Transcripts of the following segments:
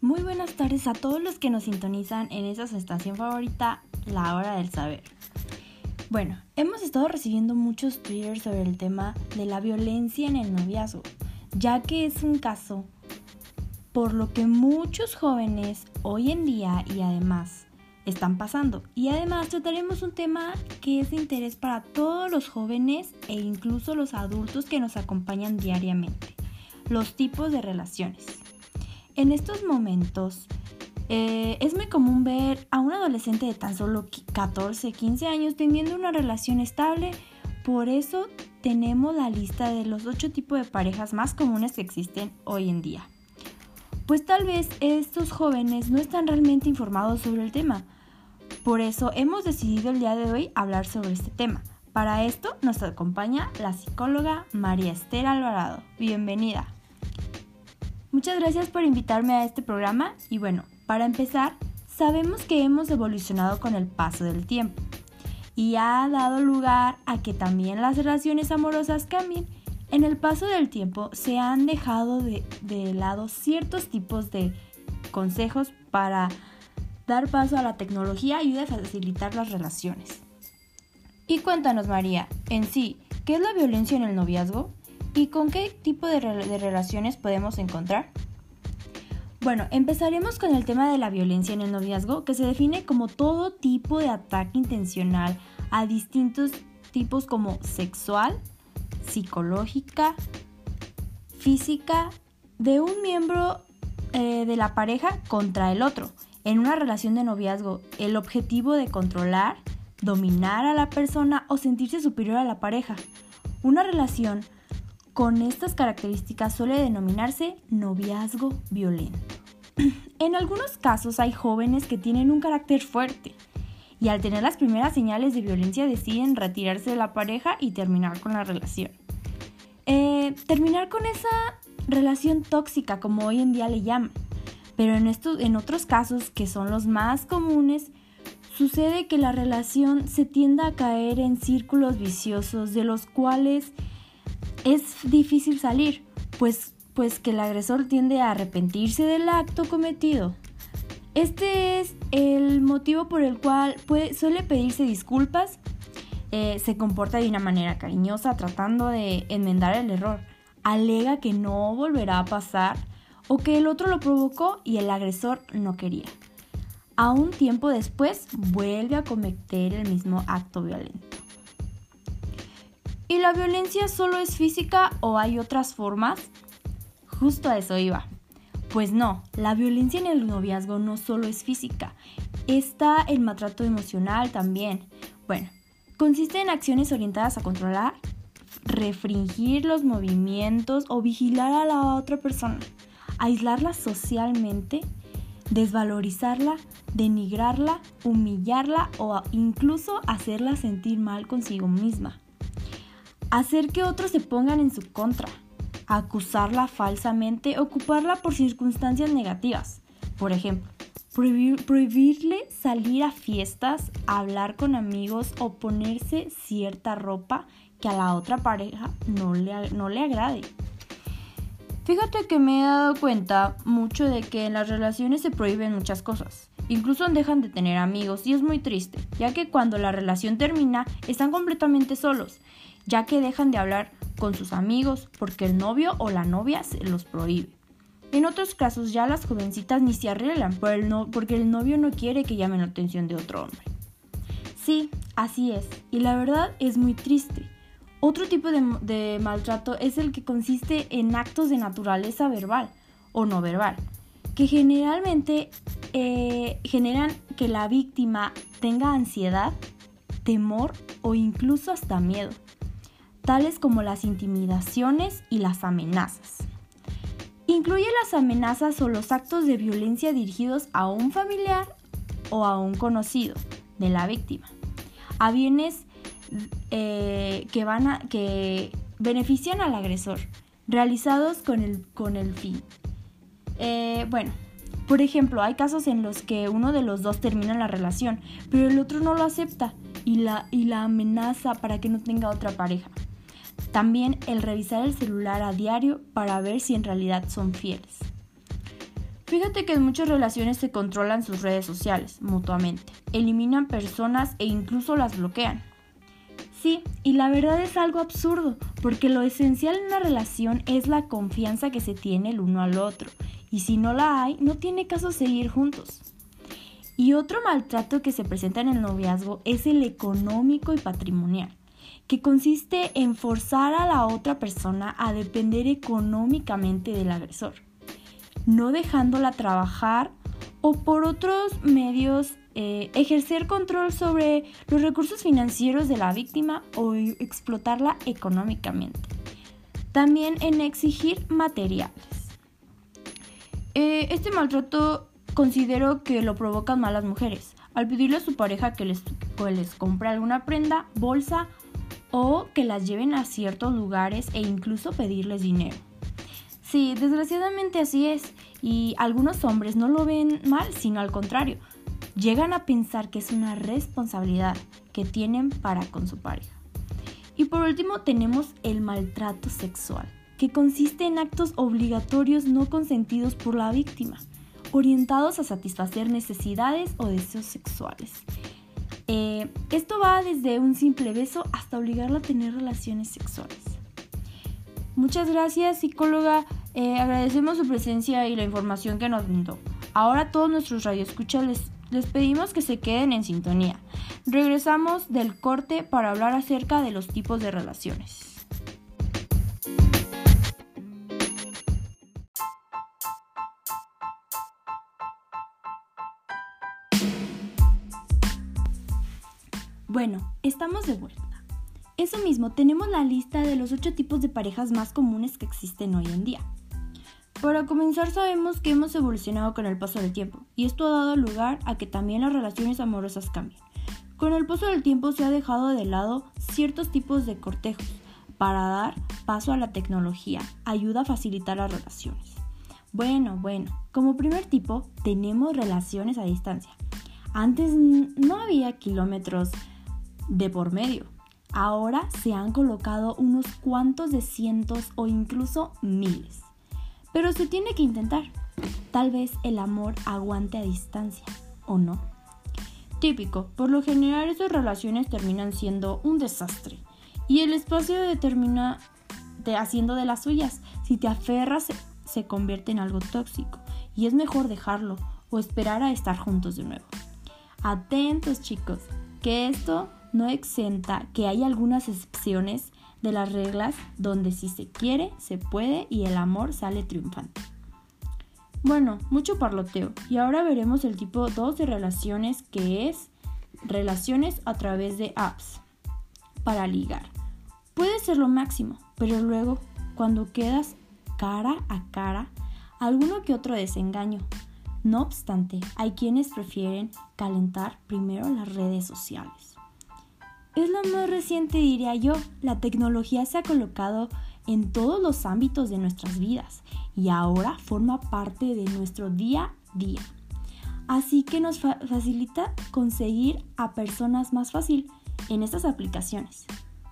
Muy buenas tardes a todos los que nos sintonizan en esa su estación favorita, La Hora del Saber. Bueno, hemos estado recibiendo muchos twitters sobre el tema de la violencia en el noviazgo, ya que es un caso por lo que muchos jóvenes hoy en día y además están pasando. Y además trataremos un tema que es de interés para todos los jóvenes e incluso los adultos que nos acompañan diariamente: los tipos de relaciones. En estos momentos es muy común ver a un adolescente de tan solo 14, 15 años teniendo una relación estable. Por eso tenemos la lista de los 8 tipos de parejas más comunes que existen hoy en día. Pues tal vez estos jóvenes no están realmente informados sobre el tema. Por eso hemos decidido el día de hoy hablar sobre este tema. Para esto nos acompaña la psicóloga María Esther Alvarado. Bienvenida. Muchas gracias por invitarme a este programa y bueno, para empezar, sabemos que hemos evolucionado con el paso del tiempo y ha dado lugar a que también las relaciones amorosas cambien. En el paso del tiempo se han dejado de lado ciertos tipos de consejos para dar paso a la tecnología y ayuda a facilitar las relaciones. Y cuéntanos, María, en sí, ¿qué es la violencia en el noviazgo? ¿Y con qué tipo de relaciones podemos encontrar? Bueno, empezaremos con el tema de la violencia en el noviazgo, que se define como todo tipo de ataque intencional a distintos tipos como sexual, psicológica, física, de un miembro de la pareja contra el otro. En una relación de noviazgo, el objetivo de controlar, dominar a la persona o sentirse superior a la pareja. Una relación con estas características suele denominarse noviazgo violento. En algunos casos hay jóvenes que tienen un carácter fuerte y al tener las primeras señales de violencia deciden retirarse de la pareja y terminar con la relación. Terminar con esa relación tóxica, como hoy en día le llaman. Pero en otros casos, que son los más comunes, sucede que la relación se tiende a caer en círculos viciosos de los cuales es difícil salir, pues que el agresor tiende a arrepentirse del acto cometido. Este es el motivo por el cual suele pedirse disculpas, se comporta de una manera cariñosa tratando de enmendar el error, alega que no volverá a pasar o que el otro lo provocó y el agresor no quería. A un tiempo después vuelve a cometer el mismo acto violento. ¿Y la violencia solo es física o hay otras formas? Justo a eso iba. Pues no, la violencia en el noviazgo no solo es física, está el maltrato emocional también. Bueno, consiste en acciones orientadas a controlar, restringir los movimientos o vigilar a la otra persona, aislarla socialmente, desvalorizarla, denigrarla, humillarla o incluso hacerla sentir mal consigo misma. Hacer que otros se pongan en su contra, acusarla falsamente, ocuparla por circunstancias negativas. Por ejemplo, prohibirle salir a fiestas, hablar con amigos o ponerse cierta ropa que a la otra pareja no le agrade. Fíjate que me he dado cuenta mucho de que en las relaciones se prohíben muchas cosas. Incluso dejan de tener amigos y es muy triste, ya que cuando la relación termina están completamente solos, ya que dejan de hablar con sus amigos porque el novio o la novia se los prohíbe. En otros casos ya las jovencitas ni se arreglan porque el novio no quiere que llamen la atención de otro hombre. Sí, así es, y la verdad es muy triste. Otro tipo de maltrato es el que consiste en actos de naturaleza verbal o no verbal, que generalmente generan que la víctima tenga ansiedad, temor o incluso hasta miedo, tales como las intimidaciones y las amenazas. Incluye las amenazas o los actos de violencia dirigidos a un familiar o a un conocido de la víctima, a bienes que benefician al agresor, realizados con el fin. Por ejemplo, hay casos en los que uno de los dos termina la relación, pero el otro no lo acepta y la amenaza para que no tenga otra pareja. También el revisar el celular a diario para ver si en realidad son fieles. Fíjate que en muchas relaciones se controlan sus redes sociales mutuamente, eliminan personas e incluso las bloquean. Sí, y la verdad es algo absurdo, porque lo esencial en una relación es la confianza que se tiene el uno al otro, y si no la hay, no tiene caso seguir juntos. Y otro maltrato que se presenta en el noviazgo es el económico y patrimonial, que consiste en forzar a la otra persona a depender económicamente del agresor, no dejándola trabajar o por otros medios ejercer control sobre los recursos financieros de la víctima o explotarla económicamente. También en exigir materiales. Este maltrato considero que lo provocan más las mujeres, al pedirle a su pareja que les compre alguna prenda, bolsa o que las lleven a ciertos lugares e incluso pedirles dinero. Sí, desgraciadamente así es, y algunos hombres no lo ven mal, sino al contrario, llegan a pensar que es una responsabilidad que tienen para con su pareja. Y por último tenemos el maltrato sexual, que consiste en actos obligatorios no consentidos por la víctima, orientados a satisfacer necesidades o deseos sexuales. Esto va desde un simple beso hasta obligarla a tener relaciones sexuales. Muchas gracias, psicóloga. Agradecemos su presencia y la información que nos brindó. Ahora todos nuestros radioescuchas les pedimos que se queden en sintonía. Regresamos del corte para hablar acerca de los tipos de relaciones. Bueno, estamos de vuelta. Eso mismo, tenemos la lista de los 8 tipos de parejas más comunes que existen hoy en día. Para comenzar, sabemos que hemos evolucionado con el paso del tiempo, y esto ha dado lugar a que también las relaciones amorosas cambien. Con el paso del tiempo se ha dejado de lado ciertos tipos de cortejos para dar paso a la tecnología, ayuda a facilitar las relaciones. Bueno, como primer tipo tenemos relaciones a distancia. Antes no había kilómetros de por medio. Ahora se han colocado unos cuantos de cientos o incluso miles. Pero se tiene que intentar. Tal vez el amor aguante a distancia, ¿o no? Típico, por lo general esas relaciones terminan siendo un desastre. Y el espacio termina haciendo de las suyas. Si te aferras, se convierte en algo tóxico. Y es mejor dejarlo o esperar a estar juntos de nuevo. Atentos, chicos, que esto no exenta que hay algunas excepciones de las reglas donde si se quiere, se puede y el amor sale triunfante. Bueno, mucho parloteo y ahora veremos el tipo 2 de relaciones, que es relaciones a través de apps para ligar. Puede ser lo máximo, pero luego cuando quedas cara a cara, alguno que otro desengaño. No obstante, hay quienes prefieren calentar primero las redes sociales. Es lo más reciente, diría yo. La tecnología se ha colocado en todos los ámbitos de nuestras vidas y ahora forma parte de nuestro día a día. Así que nos facilita conseguir a personas más fácil en estas aplicaciones.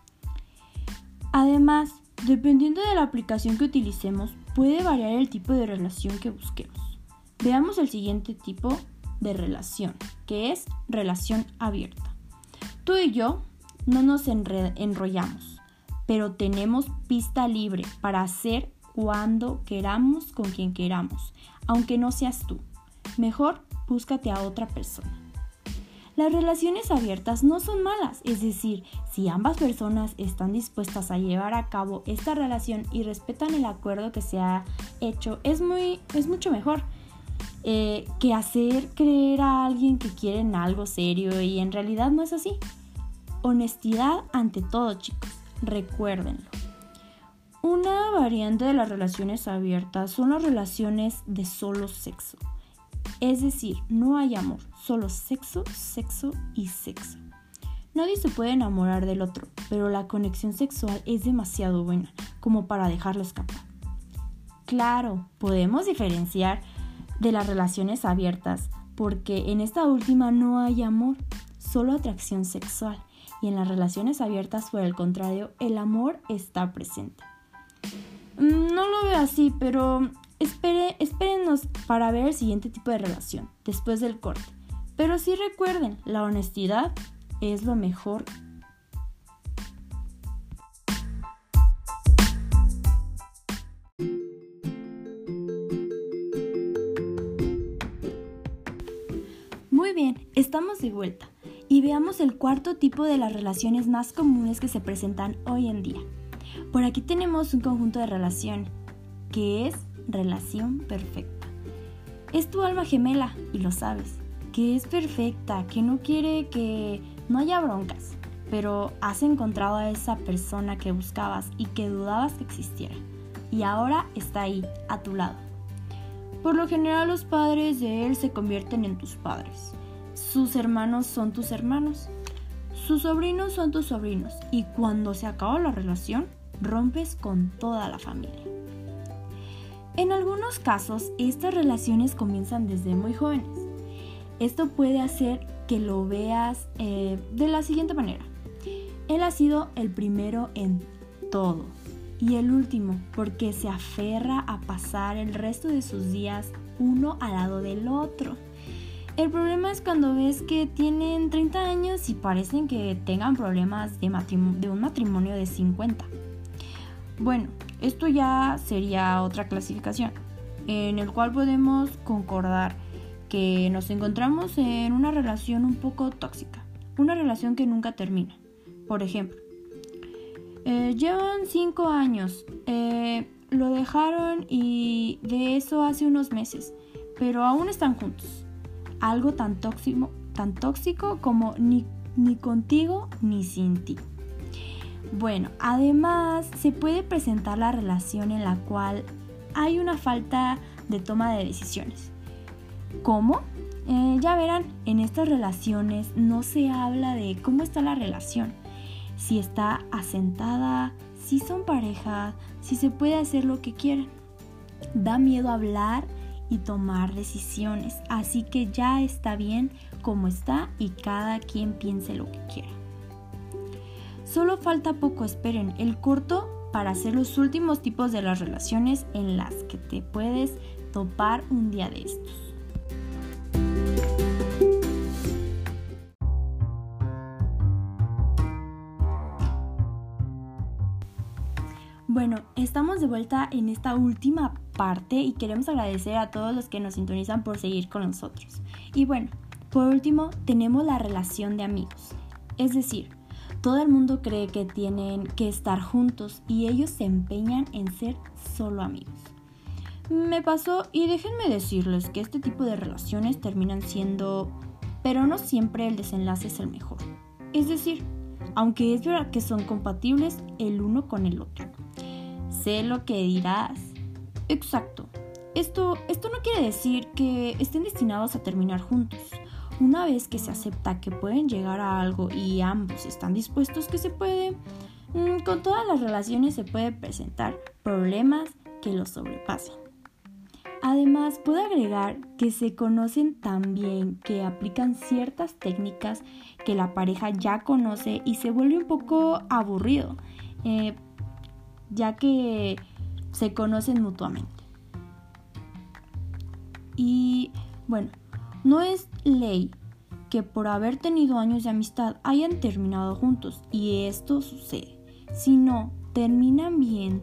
Además, dependiendo de la aplicación que utilicemos, puede variar el tipo de relación que busquemos. Veamos el siguiente tipo de relación, que es relación abierta. Tú y yo no nos enrollamos, pero tenemos pista libre para hacer cuando queramos con quien queramos, aunque no seas tú. Mejor búscate a otra persona. Las relaciones abiertas no son malas, es decir, si ambas personas están dispuestas a llevar a cabo esta relación y respetan el acuerdo que se ha hecho, es mucho mejor que hacer creer a alguien que quieren algo serio y en realidad no es así. Honestidad ante todo, chicos, recuérdenlo. Una variante de las relaciones abiertas son las relaciones de solo sexo. Es decir, no hay amor, solo sexo, sexo y sexo. Nadie se puede enamorar del otro, pero la conexión sexual es demasiado buena como para dejarlo escapar. Claro, podemos diferenciar de las relaciones abiertas porque en esta última no hay amor, solo atracción sexual. Y en las relaciones abiertas, por el contrario, el amor está presente. No lo veo así, pero Espérennos para ver el siguiente tipo de relación, después del corte. Pero sí recuerden, la honestidad es lo mejor. Muy bien, estamos de vuelta y veamos el cuarto tipo de las relaciones más comunes que se presentan hoy en día. Por aquí tenemos un conjunto de relación que es relación perfecta. Es tu alma gemela y lo sabes, que es perfecta, que no quiere que no haya broncas, pero has encontrado a esa persona que buscabas y que dudabas que existiera y ahora está ahí, a tu lado. Por lo general los padres de él se convierten en tus padres, sus hermanos son tus hermanos, sus sobrinos son tus sobrinos y cuando se acaba la relación, rompes con toda la familia. En algunos casos, estas relaciones comienzan desde muy jóvenes. Esto puede hacer que lo veas de la siguiente manera. Él ha sido el primero en todo y el último porque se aferra a pasar el resto de sus días uno al lado del otro. El problema es cuando ves que tienen 30 años y parecen que tengan problemas de un matrimonio de 50. Bueno, esto ya sería otra clasificación, en el cual podemos concordar que nos encontramos en una relación un poco tóxica, una relación que nunca termina. Por ejemplo, llevan 5 años, lo dejaron y de eso hace unos meses, pero aún están juntos. Algo tan tóxico como ni contigo ni sin ti. Bueno, además se puede presentar la relación en la cual hay una falta de toma de decisiones. ¿Cómo? Ya verán, en estas relaciones no se habla de cómo está la relación, si está asentada, si son pareja, si se puede hacer lo que quieran. Da miedo hablar y tomar decisiones, así que ya está bien como está y cada quien piense lo que quiera. Solo falta poco, esperen, el corto para hacer los últimos tipos de las relaciones en las que te puedes topar un día de estos. Bueno, estamos de vuelta en esta última parte y queremos agradecer a todos los que nos sintonizan por seguir con nosotros. Y bueno, por último tenemos la relación de amigos, es decir, todo el mundo cree que tienen que estar juntos y ellos se empeñan en ser solo amigos. Me pasó y déjenme decirles que este tipo de relaciones terminan siendo, pero no siempre el desenlace es el mejor. Es decir, aunque es verdad que son compatibles el uno con el otro. Sé lo que dirás. Exacto. Esto no quiere decir que estén destinados a terminar juntos. Una vez que se acepta que pueden llegar a algo y ambos están dispuestos que se puede, con todas las relaciones se puede presentar problemas que los sobrepasan. Además, puedo agregar que se conocen tan bien que aplican ciertas técnicas que la pareja ya conoce y se vuelve un poco aburrido, ya que se conocen mutuamente. Y bueno, no es ley que por haber tenido años de amistad hayan terminado juntos y esto sucede. Si no terminan bien,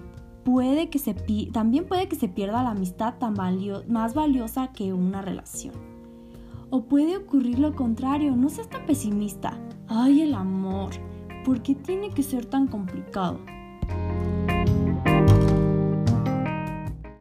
también puede que se pierda la amistad más valiosa que una relación. O puede ocurrir lo contrario, no seas tan pesimista. ¡Ay, el amor! ¿Por qué tiene que ser tan complicado?